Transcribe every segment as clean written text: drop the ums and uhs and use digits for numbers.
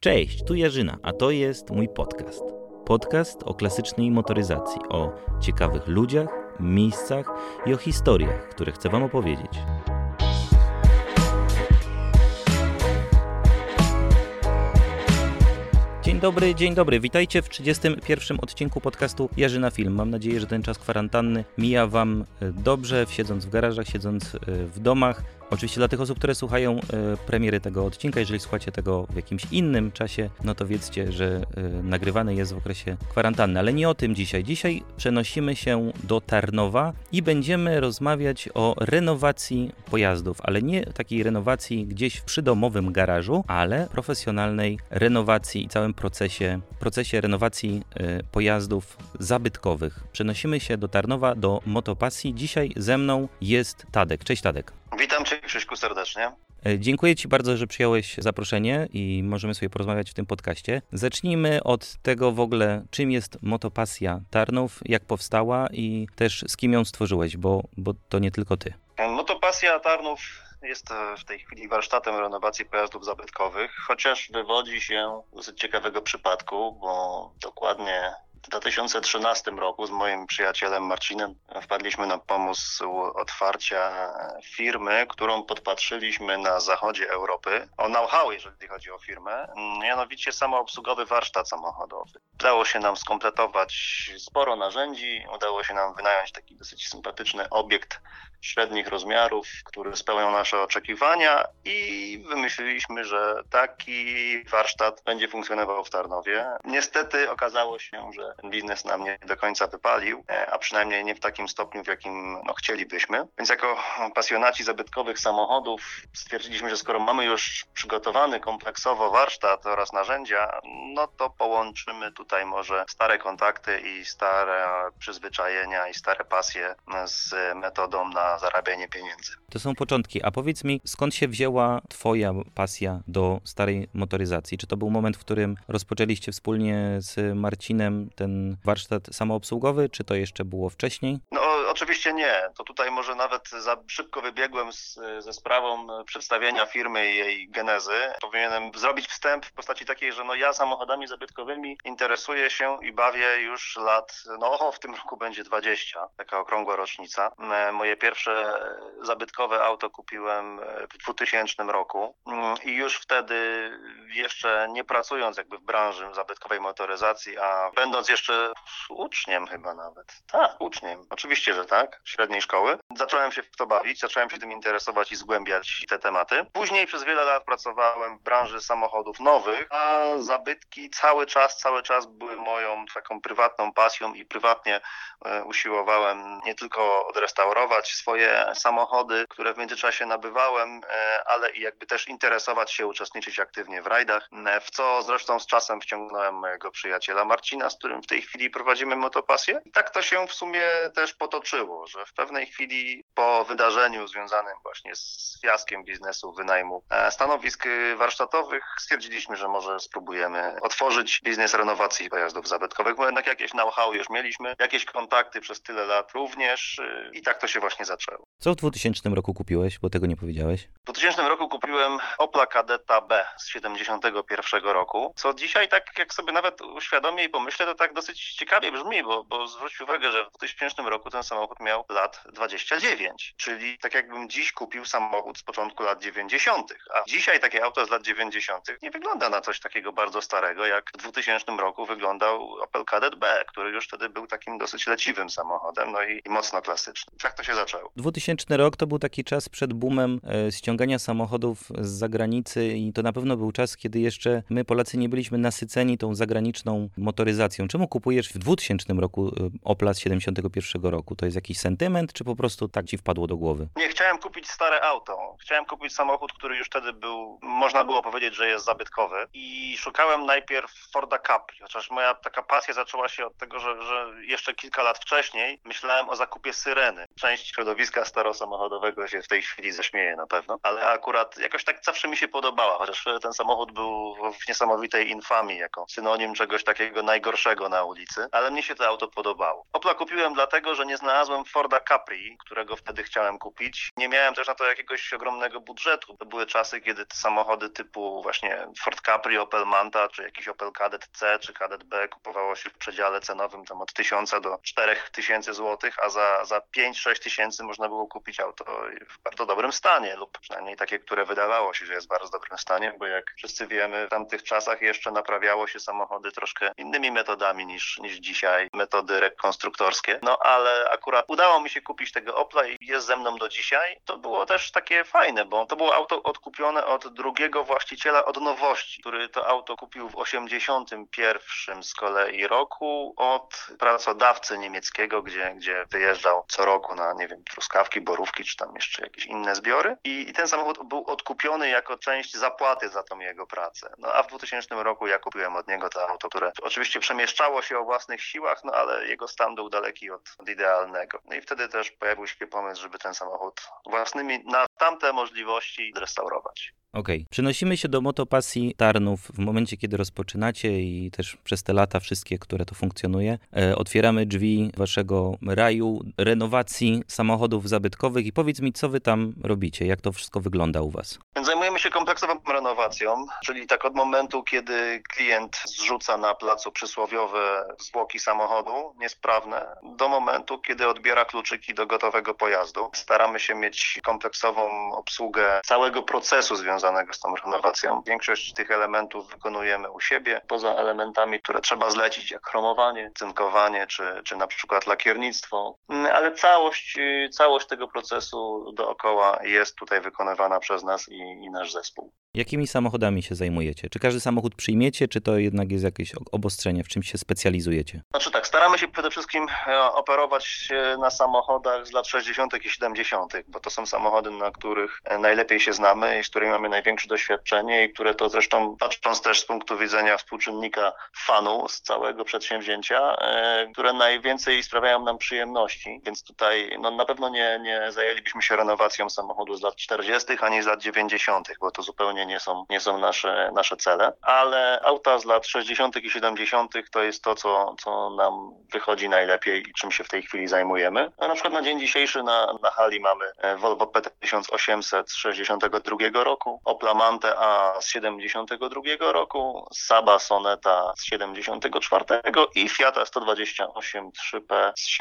Cześć, tu Jarzyna, a to jest mój podcast. Podcast o klasycznej motoryzacji, o ciekawych ludziach, miejscach i o historiach, które chcę Wam opowiedzieć. Dzień dobry. Witajcie w 31. odcinku podcastu Jarzyna Film. Mam nadzieję, że ten czas kwarantanny mija Wam dobrze, siedząc w garażach, siedząc w domach. Oczywiście dla tych osób, które słuchają premiery tego odcinka, jeżeli słuchacie tego w jakimś innym czasie, no to wiedzcie, że nagrywany jest w okresie kwarantanny. Ale nie o tym dzisiaj. Dzisiaj przenosimy się do Tarnowa i będziemy rozmawiać o renowacji pojazdów, ale nie takiej renowacji gdzieś w przydomowym garażu, ale profesjonalnej renowacji i całym procesie renowacji pojazdów zabytkowych. Przenosimy się do Tarnowa, do Motopasji. Dzisiaj ze mną jest Tadek. Cześć Tadek. Witam Cię, Krzyśku, serdecznie. Dziękuję Ci bardzo, że przyjąłeś zaproszenie i możemy sobie porozmawiać w tym podcaście. Zacznijmy od tego w ogóle, czym jest Motopasja Tarnów, jak powstała i też z kim ją stworzyłeś, bo to nie tylko Ty. Motopasja Tarnów jest w tej chwili warsztatem renowacji pojazdów zabytkowych, chociaż wywodzi się z dosyć ciekawego przypadku, bo dokładnie w 2013 roku z moim przyjacielem Marcinem wpadliśmy na pomysł otwarcia firmy, którą podpatrzyliśmy na zachodzie Europy, o know-how, jeżeli chodzi o firmę, mianowicie samoobsługowy warsztat samochodowy. Udało się nam skompletować sporo narzędzi, udało się nam wynająć taki dosyć sympatyczny obiekt średnich rozmiarów, który spełniał nasze oczekiwania i wymyśliliśmy, że taki warsztat będzie funkcjonował w Tarnowie. Niestety okazało się, że ten biznes nam nie do końca wypalił, a przynajmniej nie w takim stopniu, w jakim chcielibyśmy. Więc jako pasjonaci zabytkowych samochodów stwierdziliśmy, że skoro mamy już przygotowany kompleksowo warsztat oraz narzędzia, no to połączymy tutaj może stare kontakty i stare przyzwyczajenia i stare pasje z metodą na zarabianie pieniędzy. To są początki, a powiedz mi, skąd się wzięła Twoja pasja do starej motoryzacji? Czy to był moment, w którym rozpoczęliście wspólnie z Marcinem ten warsztat samoobsługowy, czy to jeszcze było wcześniej? No oczywiście nie. To tutaj może nawet za szybko wybiegłem ze sprawą przedstawienia firmy i jej genezy. Powinienem zrobić wstęp w postaci takiej, że ja samochodami zabytkowymi interesuję się i bawię już lat, w tym roku będzie 20, taka okrągła rocznica. Moje pierwsze zabytkowe auto kupiłem w 2000 roku i już wtedy, jeszcze nie pracując jakby w branży zabytkowej motoryzacji, a będąc jeszcze uczniem chyba nawet. Tak, uczniem. Oczywiście, że tak, średniej szkoły. Zacząłem się w to bawić, zacząłem się tym interesować i zgłębiać te tematy. Później przez wiele lat pracowałem w branży samochodów nowych, a zabytki cały czas były moją taką prywatną pasją i prywatnie usiłowałem nie tylko odrestaurować swoje samochody, które w międzyczasie nabywałem, ale i jakby też interesować się, uczestniczyć aktywnie w rajdach, w co zresztą z czasem wciągnąłem mojego przyjaciela Marcina, z którym w tej chwili prowadzimy Motopasję. I tak to się w sumie też potoczyło, że w pewnej chwili po wydarzeniu związanym właśnie z fiaskiem biznesu wynajmu stanowisk warsztatowych stwierdziliśmy, że może spróbujemy otworzyć biznes renowacji pojazdów zabytkowych, bo jednak jakieś know-how już mieliśmy, jakieś kontakty przez tyle lat również i tak to się właśnie zaczęło. Co w 2000 roku kupiłeś, bo tego nie powiedziałeś? W 2000 roku kupiłem Opla Kadetta B z 71 roku, co dzisiaj tak jak sobie nawet uświadomię i pomyślę, to tak dosyć ciekawie brzmi, bo zwróć uwagę, że w 2000 roku ten samochód miał lat 29, czyli tak jakbym dziś kupił samochód z początku lat 90., a dzisiaj takie auto z lat 90. nie wygląda na coś takiego bardzo starego, jak w 2000 roku wyglądał Opel Kadett B, który już wtedy był takim dosyć leciwym samochodem, i mocno klasycznym. Tak to się zaczęło. 2000 rok to był taki czas przed boomem ściągania samochodów z zagranicy i to na pewno był czas, kiedy jeszcze my Polacy nie byliśmy nasyceni tą zagraniczną motoryzacją. Czemu kupujesz w 2000 roku Opla z 71 roku? To jest jakiś sentyment, czy po prostu tak ci wpadło do głowy? Nie, chciałem kupić stare auto. Chciałem kupić samochód, który już wtedy był, można było powiedzieć, że jest zabytkowy. I szukałem najpierw Forda Capri, chociaż moja taka pasja zaczęła się od tego, że jeszcze kilka lat wcześniej myślałem o zakupie Syreny. Część środowiska starosamochodowego się w tej chwili zaśmieje na pewno, ale akurat jakoś tak zawsze mi się podobała, chociaż ten samochód był w niesamowitej infamii jako synonim czegoś takiego najgorszego na ulicy, ale mnie się to auto podobało. Opla kupiłem dlatego, że nie znalazłem znalazłem Forda Capri, którego wtedy chciałem kupić. Nie miałem też na to jakiegoś ogromnego budżetu. To były czasy, kiedy te samochody typu właśnie Ford Capri, Opel Manta, czy jakiś Opel Kadett C, czy Kadett B kupowało się w przedziale cenowym tam od 1000 do 4000 zł, a za 5-6 tysięcy można było kupić auto w bardzo dobrym stanie, lub przynajmniej takie, które wydawało się, że jest w bardzo dobrym stanie, bo jak wszyscy wiemy, w tamtych czasach jeszcze naprawiało się samochody troszkę innymi metodami niż dzisiaj, metody rekonstruktorskie. No ale akurat udało mi się kupić tego Opla i jest ze mną do dzisiaj. To było też takie fajne, bo to było auto odkupione od drugiego właściciela od nowości, który to auto kupił w 81 z kolei roku od pracodawcy niemieckiego, gdzie wyjeżdżał co roku na, nie wiem, truskawki, borówki, czy tam jeszcze jakieś inne zbiory. I ten samochód był odkupiony jako część zapłaty za tą jego pracę. No a w 2000 roku ja kupiłem od niego to auto, które oczywiście przemieszczało się o własnych siłach, no ale jego stan był daleki od idealnego. No i wtedy też pojawił się pomysł, żeby ten samochód własnymi na tamte możliwości restaurować. Okej. Przenosimy się do Motopasji Tarnów w momencie, kiedy rozpoczynacie i też przez te lata wszystkie, które to funkcjonuje. Otwieramy drzwi waszego raju renowacji samochodów zabytkowych i powiedz mi, co wy tam robicie, jak to wszystko wygląda u was? Więc zajmujemy się kompleksową renowacją, czyli tak od momentu, kiedy klient zrzuca na placu przysłowiowe zwłoki samochodu niesprawne, do momentu, kiedy odbiera kluczyki do gotowego pojazdu. Staramy się mieć kompleksową obsługę całego procesu związanego z tą renowacją. Większość tych elementów wykonujemy u siebie, poza elementami, które trzeba zlecić, jak chromowanie, cynkowanie, czy na przykład lakiernictwo, ale całość tego procesu dookoła jest tutaj wykonywana przez nas i nasz zespół. Jakimi samochodami się zajmujecie? Czy każdy samochód przyjmiecie, czy to jednak jest jakieś obostrzenie, w czym się specjalizujecie? Znaczy tak, staramy się przede wszystkim operować na samochodach z lat 60. i 70., bo to są samochody, na których najlepiej się znamy i z którymi mamy największe doświadczenie i które to zresztą, patrząc też z punktu widzenia współczynnika fanu z całego przedsięwzięcia, które najwięcej sprawiają nam przyjemności, więc tutaj no, na pewno nie zajęlibyśmy się renowacją samochodu z lat 40., ani z lat 90., bo to zupełnie nie są nasze cele, ale auta z lat 60. i 70. to jest to, co nam wychodzi najlepiej i czym się w tej chwili zajmujemy. No, na przykład na dzień dzisiejszy na hali mamy Volvo PT1800 z 62 roku, Opla Mante A z 72 roku, Saba Soneta z 74 i Fiata 128 3P z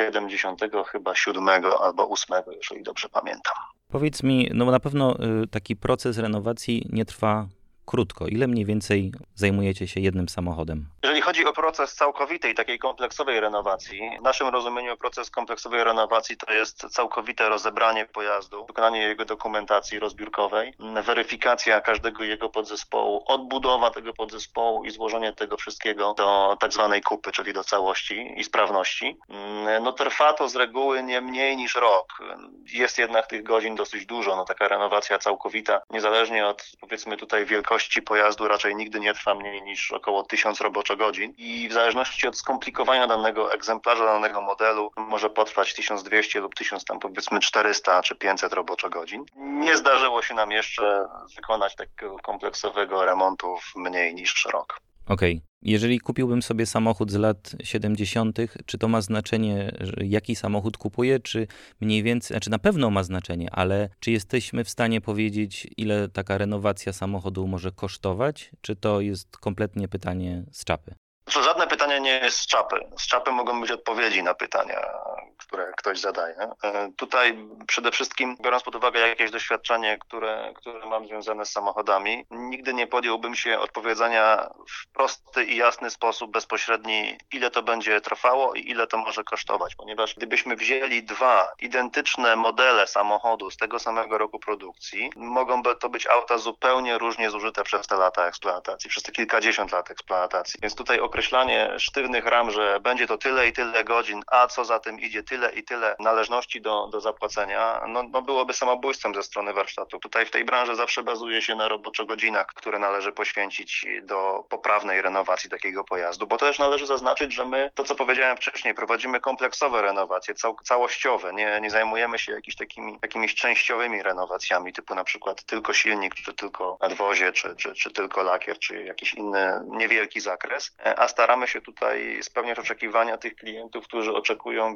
77 albo 8, jeżeli dobrze pamiętam. Powiedz mi, no na pewno taki proces renowacji nie trwa krótko. Ile mniej więcej zajmujecie się jednym samochodem? Jeżeli chodzi o proces całkowitej, takiej kompleksowej renowacji, w naszym rozumieniu proces kompleksowej renowacji to jest całkowite rozebranie pojazdu, wykonanie jego dokumentacji rozbiórkowej, weryfikacja każdego jego podzespołu, odbudowa tego podzespołu i złożenie tego wszystkiego do tak zwanej kupy, czyli do całości i sprawności. No trwa to z reguły nie mniej niż rok. Jest jednak tych godzin dosyć dużo. No taka renowacja całkowita, niezależnie od, powiedzmy tutaj, wielkości pojazdu, raczej nigdy nie trwa mniej niż około 1000 roboczogodzin i w zależności od skomplikowania danego egzemplarza, danego modelu może potrwać 1200 lub 1000 tam powiedzmy 400 czy 500 roboczogodzin. Nie zdarzyło się nam jeszcze wykonać takiego kompleksowego remontu w mniej niż rok. Okej. Jeżeli kupiłbym sobie samochód z lat 70., czy to ma znaczenie, jaki samochód kupuję, czy mniej więcej, znaczy na pewno ma znaczenie, ale czy jesteśmy w stanie powiedzieć, ile taka renowacja samochodu może kosztować, czy to jest kompletnie pytanie z czapy? To żadne pytanie nie jest z czapy. Z czapy mogą być odpowiedzi na pytania, które ktoś zadaje. Tutaj przede wszystkim, biorąc pod uwagę jakieś doświadczenie, które mam związane z samochodami, nigdy nie podjąłbym się odpowiedzenia w prosty i jasny sposób, bezpośredni, ile to będzie trwało i ile to może kosztować, ponieważ gdybyśmy wzięli dwa identyczne modele samochodu z tego samego roku produkcji, mogą to być auta zupełnie różnie zużyte przez te lata eksploatacji, przez te kilkadziesiąt lat eksploatacji. Więc tutaj określanie sztywnych ram, że będzie to tyle i tyle godzin, a co za tym idzie tyle i tyle należności do zapłacenia, no byłoby samobójstwem ze strony warsztatu. Tutaj w tej branży zawsze bazuje się na roboczogodzinach, które należy poświęcić do poprawnej renowacji takiego pojazdu, bo też należy zaznaczyć, że my, to co powiedziałem wcześniej, prowadzimy kompleksowe renowacje, całościowe, nie zajmujemy się jakimiś częściowymi renowacjami, typu na przykład tylko silnik, czy tylko nadwozie, czy tylko lakier, czy jakiś inny niewielki zakres, a staramy się tutaj spełniać oczekiwania tych klientów, którzy oczekują wysokiej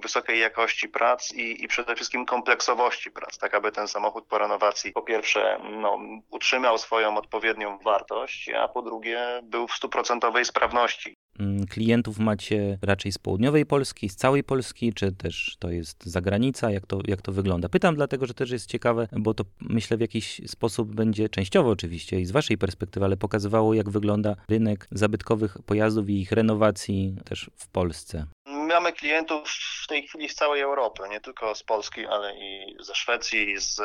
jakości prac i przede wszystkim kompleksowości prac, tak aby ten samochód po renowacji po pierwsze utrzymał swoją odpowiednią wartość, a po drugie był w 100% sprawności. Klientów macie raczej z południowej Polski, z całej Polski, czy też to jest zagranica? Jak to wygląda? Pytam dlatego, że też jest ciekawe, bo to myślę w jakiś sposób będzie częściowo oczywiście i z waszej perspektywy, ale pokazywało, jak wygląda rynek zabytkowych pojazdów i ich renowacji też w Polsce. Mamy klientów w tej chwili z całej Europy, nie tylko z Polski, ale i ze Szwecji, z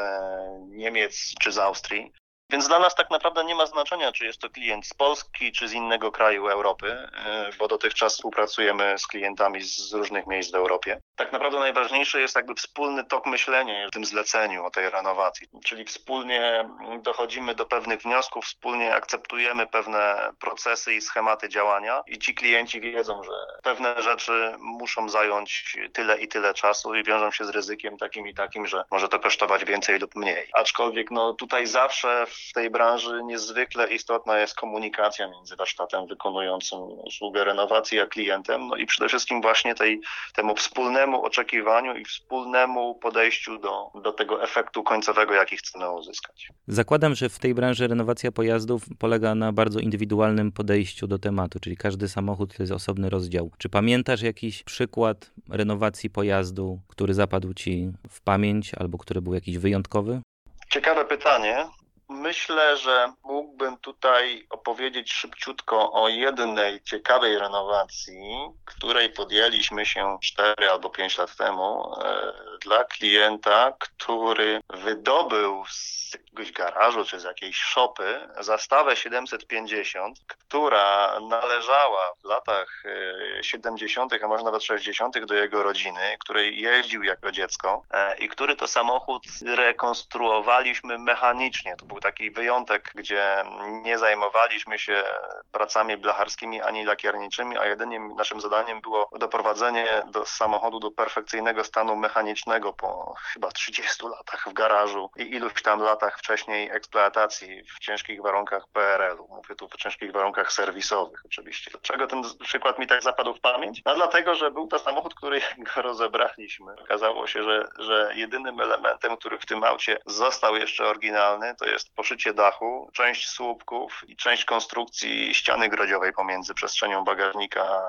Niemiec czy z Austrii. Więc dla nas tak naprawdę nie ma znaczenia, czy jest to klient z Polski, czy z innego kraju Europy, bo dotychczas współpracujemy z klientami z różnych miejsc w Europie. Tak naprawdę najważniejszy jest jakby wspólny tok myślenia w tym zleceniu o tej renowacji. Czyli wspólnie dochodzimy do pewnych wniosków, wspólnie akceptujemy pewne procesy i schematy działania i ci klienci wiedzą, że pewne rzeczy muszą zająć tyle i tyle czasu i wiążą się z ryzykiem takim i takim, że może to kosztować więcej lub mniej. Aczkolwiek tutaj zawsze w tej branży niezwykle istotna jest komunikacja między warsztatem wykonującym usługę renowacji a klientem, i przede wszystkim właśnie temu wspólnemu oczekiwaniu i wspólnemu podejściu do tego efektu końcowego, jaki chcemy uzyskać. Zakładam, że w tej branży renowacja pojazdów polega na bardzo indywidualnym podejściu do tematu, czyli każdy samochód to jest osobny rozdział. Czy pamiętasz jakiś przykład renowacji pojazdu, który zapadł ci w pamięć albo który był jakiś wyjątkowy? Ciekawe pytanie. Myślę, że mógłbym tutaj opowiedzieć szybciutko o jednej ciekawej renowacji, której podjęliśmy się 4 albo 5 lat temu dla klienta, który wydobył z jakiegoś garażu czy z jakiejś szopy zastawę 750, która należała w latach 70., a może nawet 60. do jego rodziny, której jeździł jako dziecko i który to samochód rekonstruowaliśmy mechanicznie. To był taki wyjątek, gdzie nie zajmowaliśmy się pracami blacharskimi ani lakierniczymi, a jedynie naszym zadaniem było doprowadzenie samochodu do perfekcyjnego stanu mechanicznego po chyba 30 latach w garażu i iluś tam latach wcześniej eksploatacji w ciężkich warunkach PRL-u. Mówię tu w ciężkich warunkach serwisowych oczywiście. Dlaczego ten przykład mi tak zapadł w pamięć? Dlatego, że był to samochód, który jak go rozebraliśmy. Okazało się, że jedynym elementem, który w tym aucie został jeszcze oryginalny, to jest poszycie dachu, część słupków i część konstrukcji ściany grodziowej pomiędzy przestrzenią bagażnika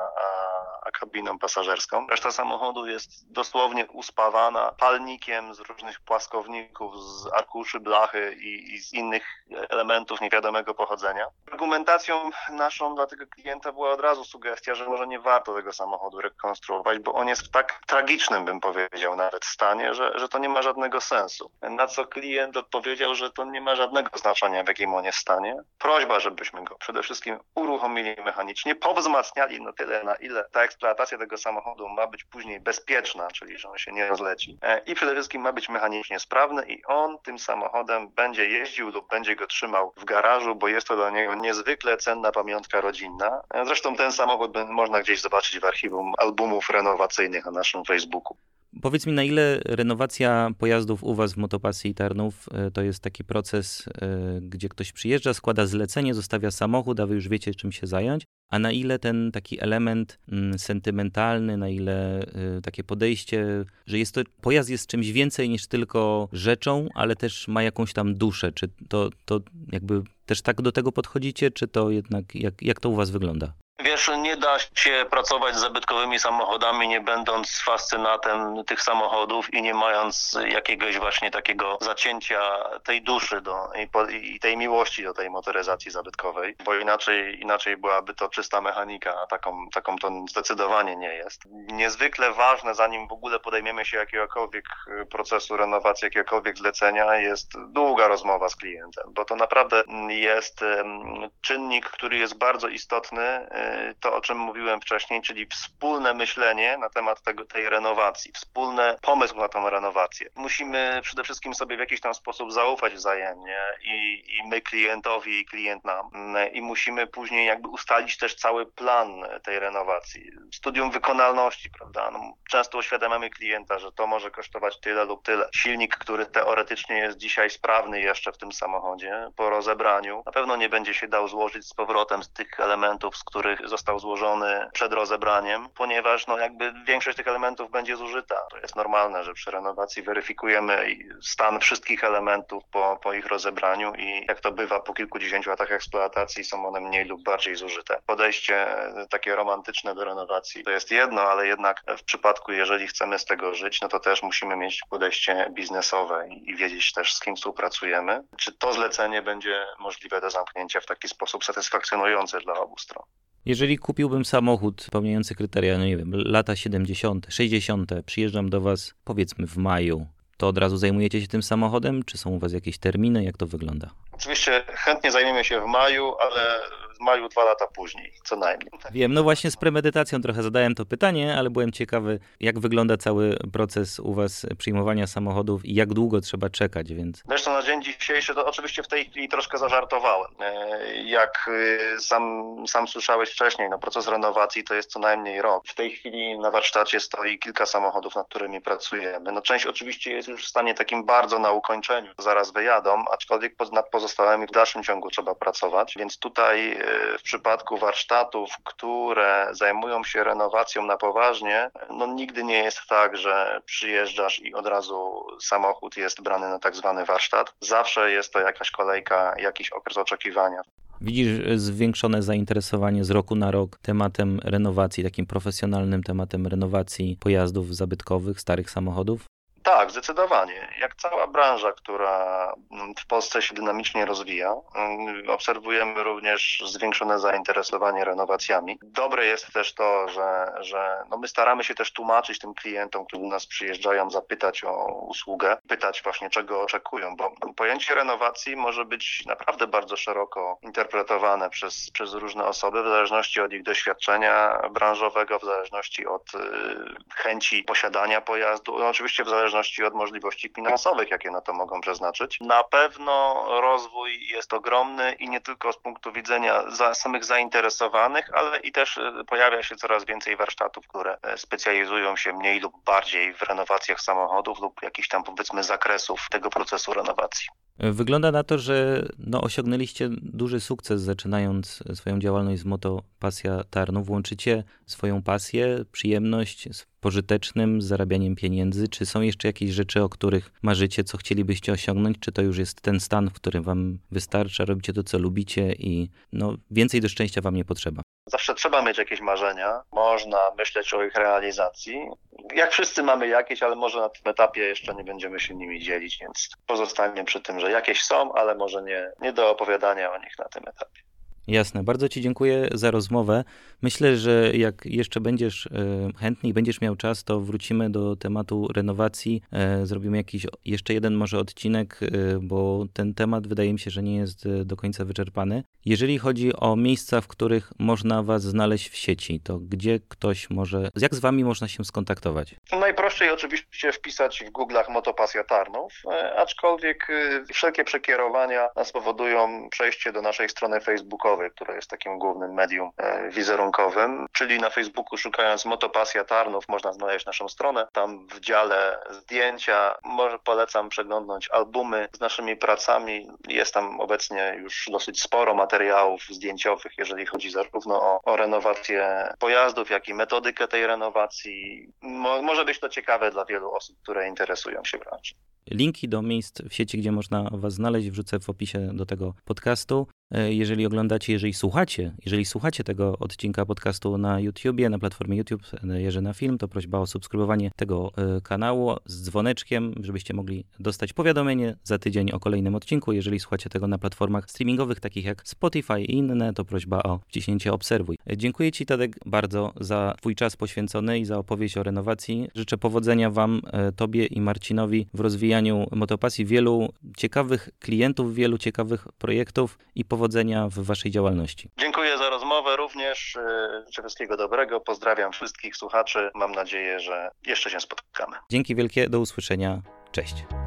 a kabiną pasażerską. Reszta samochodu jest dosłownie uspawana palnikiem z różnych płaskowników, z arkuszy blachy i z innych elementów niewiadomego pochodzenia. Argumentacją naszą dla tego klienta była od razu sugestia, że może nie warto tego samochodu rekonstruować, bo on jest w tak tragicznym, bym powiedział, nawet stanie, że to nie ma żadnego sensu. Na co klient odpowiedział, że to nie ma żadnego znaczenia, w jakim on jest stanie. Prośba, żebyśmy go przede wszystkim uruchomili mechanicznie, powzmacniali na tyle, na ile ta eksploatacja tego samochodu ma być później bezpieczna, czyli że on się nie rozleci. I przede wszystkim ma być mechanicznie sprawny i on tym samochodem będzie jeździł lub będzie go trzymał w garażu, bo jest to dla niego niezwykle cenna pamiątka rodzinna. Zresztą ten samochód można gdzieś zobaczyć w archiwum albumów renowacyjnych na naszym Facebooku. Powiedz mi, na ile renowacja pojazdów u was w Motopasji i Tarnów to jest taki proces, gdzie ktoś przyjeżdża, składa zlecenie, zostawia samochód, a wy już wiecie, czym się zająć, a na ile ten taki element sentymentalny, na ile takie podejście, że pojazd jest czymś więcej niż tylko rzeczą, ale też ma jakąś tam duszę. Czy to jakby też tak do tego podchodzicie, czy to jednak, jak to u was wygląda? Wiesz, nie da się pracować z zabytkowymi samochodami, nie będąc fascynatem tych samochodów i nie mając jakiegoś właśnie takiego zacięcia tej duszy i tej miłości do tej motoryzacji zabytkowej, bo inaczej byłaby to czysta mechanika, a taką to zdecydowanie nie jest. Niezwykle ważne, zanim w ogóle podejmiemy się jakiegokolwiek procesu renowacji, jakiegokolwiek zlecenia, jest długa rozmowa z klientem, bo to naprawdę jest czynnik, który jest bardzo istotny, to, o czym mówiłem wcześniej, czyli wspólne myślenie na temat tej renowacji, wspólny pomysł na tę renowację. Musimy przede wszystkim sobie w jakiś tam sposób zaufać wzajemnie i my klientowi i klient nam. I musimy później jakby ustalić też cały plan tej renowacji. Studium wykonalności, prawda? Często uświadamiamy klienta, że to może kosztować tyle lub tyle. Silnik, który teoretycznie jest dzisiaj sprawny jeszcze w tym samochodzie, po rozebraniu, na pewno nie będzie się dał złożyć z powrotem z tych elementów, z których został złożony przed rozebraniem, ponieważ jakby większość tych elementów będzie zużyta. To jest normalne, że przy renowacji weryfikujemy stan wszystkich elementów po ich rozebraniu i jak to bywa po kilkudziesięciu latach eksploatacji, są one mniej lub bardziej zużyte. Podejście takie romantyczne do renowacji to jest jedno, ale jednak w przypadku, jeżeli chcemy z tego żyć, to też musimy mieć podejście biznesowe i wiedzieć też, z kim współpracujemy. Czy to zlecenie będzie możliwe do zamknięcia w taki sposób satysfakcjonujący dla obu stron. Jeżeli kupiłbym samochód spełniający kryteria, nie wiem, lata 70., 60., przyjeżdżam do Was powiedzmy w maju, to od razu zajmujecie się tym samochodem? Czy są u Was jakieś terminy? Jak to wygląda? Oczywiście chętnie zajmiemy się w maju, ale w maju 2 lata później, co najmniej. Wiem, właśnie z premedytacją trochę zadałem to pytanie, ale byłem ciekawy, jak wygląda cały proces u Was przyjmowania samochodów i jak długo trzeba czekać, więc... Zresztą na dzień dzisiejszy to oczywiście w tej chwili troszkę zażartowałem. Jak sam słyszałeś wcześniej, proces renowacji to jest co najmniej rok. W tej chwili na warsztacie stoi kilka samochodów, nad którymi pracujemy. Część oczywiście jest już w stanie takim bardzo na ukończeniu, zaraz wyjadą, aczkolwiek nad pozostałymi w dalszym ciągu trzeba pracować, więc tutaj w przypadku warsztatów, które zajmują się renowacją na poważnie, nigdy nie jest tak, że przyjeżdżasz i od razu samochód jest brany na tak zwany warsztat. Zawsze jest to jakaś kolejka, jakiś okres oczekiwania. Widzisz zwiększone zainteresowanie z roku na rok tematem renowacji, takim profesjonalnym tematem renowacji pojazdów zabytkowych, starych samochodów? Tak, zdecydowanie. Jak cała branża, która w Polsce się dynamicznie rozwija, obserwujemy również zwiększone zainteresowanie renowacjami. Dobre jest też to, że my staramy się też tłumaczyć tym klientom, którzy do nas przyjeżdżają, zapytać o usługę, pytać właśnie czego oczekują, bo pojęcie renowacji może być naprawdę bardzo szeroko interpretowane przez różne osoby, w zależności od ich doświadczenia branżowego, w zależności od chęci posiadania pojazdu, oczywiście w zależności od możliwości finansowych, jakie na to mogą przeznaczyć. Na pewno rozwój jest ogromny i nie tylko z punktu widzenia samych zainteresowanych, ale i też pojawia się coraz więcej warsztatów, które specjalizują się mniej lub bardziej w renowacjach samochodów lub jakichś tam powiedzmy zakresów tego procesu renowacji. Wygląda na to, że osiągnęliście duży sukces, zaczynając swoją działalność z Moto Pasja Tarnów. Łączycie swoją pasję, przyjemność z pożytecznym, z zarabianiem pieniędzy. Czy są jeszcze jakieś rzeczy, o których marzycie, co chcielibyście osiągnąć? Czy to już jest ten stan, w którym wam wystarcza, robicie to, co lubicie i więcej do szczęścia wam nie potrzeba? Zawsze trzeba mieć jakieś marzenia, można myśleć o ich realizacji. Jak wszyscy mamy jakieś, ale może na tym etapie jeszcze nie będziemy się nimi dzielić, więc pozostaniemy przy tym, że jakieś są, ale może nie do opowiadania o nich na tym etapie. Jasne, bardzo Ci dziękuję za rozmowę. Myślę, że jak jeszcze będziesz chętny i będziesz miał czas, to wrócimy do tematu renowacji. Zrobimy jakiś jeszcze jeden może odcinek, bo ten temat wydaje mi się, że nie jest do końca wyczerpany. Jeżeli chodzi o miejsca, w których można Was znaleźć w sieci, to gdzie ktoś może, jak z Wami można się skontaktować? Najprościej oczywiście wpisać w Google'ach Moto Pasja Tarnów, aczkolwiek wszelkie przekierowania spowodują przejście do naszej strony facebookowej, która jest takim głównym medium wizerunkowym, czyli na Facebooku szukając Moto Pasja Tarnów można znaleźć naszą stronę. Tam w dziale zdjęcia może polecam przeglądnąć albumy z naszymi pracami. Jest tam obecnie już dosyć sporo materiałów zdjęciowych, jeżeli chodzi zarówno o renowację pojazdów, jak i metodykę tej renowacji. Może być to ciekawe dla wielu osób, które interesują się branżą. Linki do miejsc w sieci, gdzie można Was znaleźć, wrzucę w opisie do tego podcastu. Jeżeli oglądacie, jeżeli słuchacie tego odcinka podcastu na YouTubie, na platformie YouTube Jerzy na Film, to prośba o subskrybowanie tego kanału z dzwoneczkiem, żebyście mogli dostać powiadomienie za tydzień o kolejnym odcinku. Jeżeli słuchacie tego na platformach streamingowych, takich jak Spotify i inne, to prośba o wciśnięcie obserwuj. Dziękuję Ci, Tadek, bardzo za Twój czas poświęcony i za opowieść o renowacji. Życzę powodzenia Wam, Tobie i Marcinowi w rozwijaniu Motopasji, wielu ciekawych klientów, wielu ciekawych projektów i powodzenia w Waszej działalności. Dziękuję za rozmowę również. Życzę wszystkiego dobrego. Pozdrawiam wszystkich słuchaczy. Mam nadzieję, że jeszcze się spotkamy. Dzięki wielkie. Do usłyszenia. Cześć.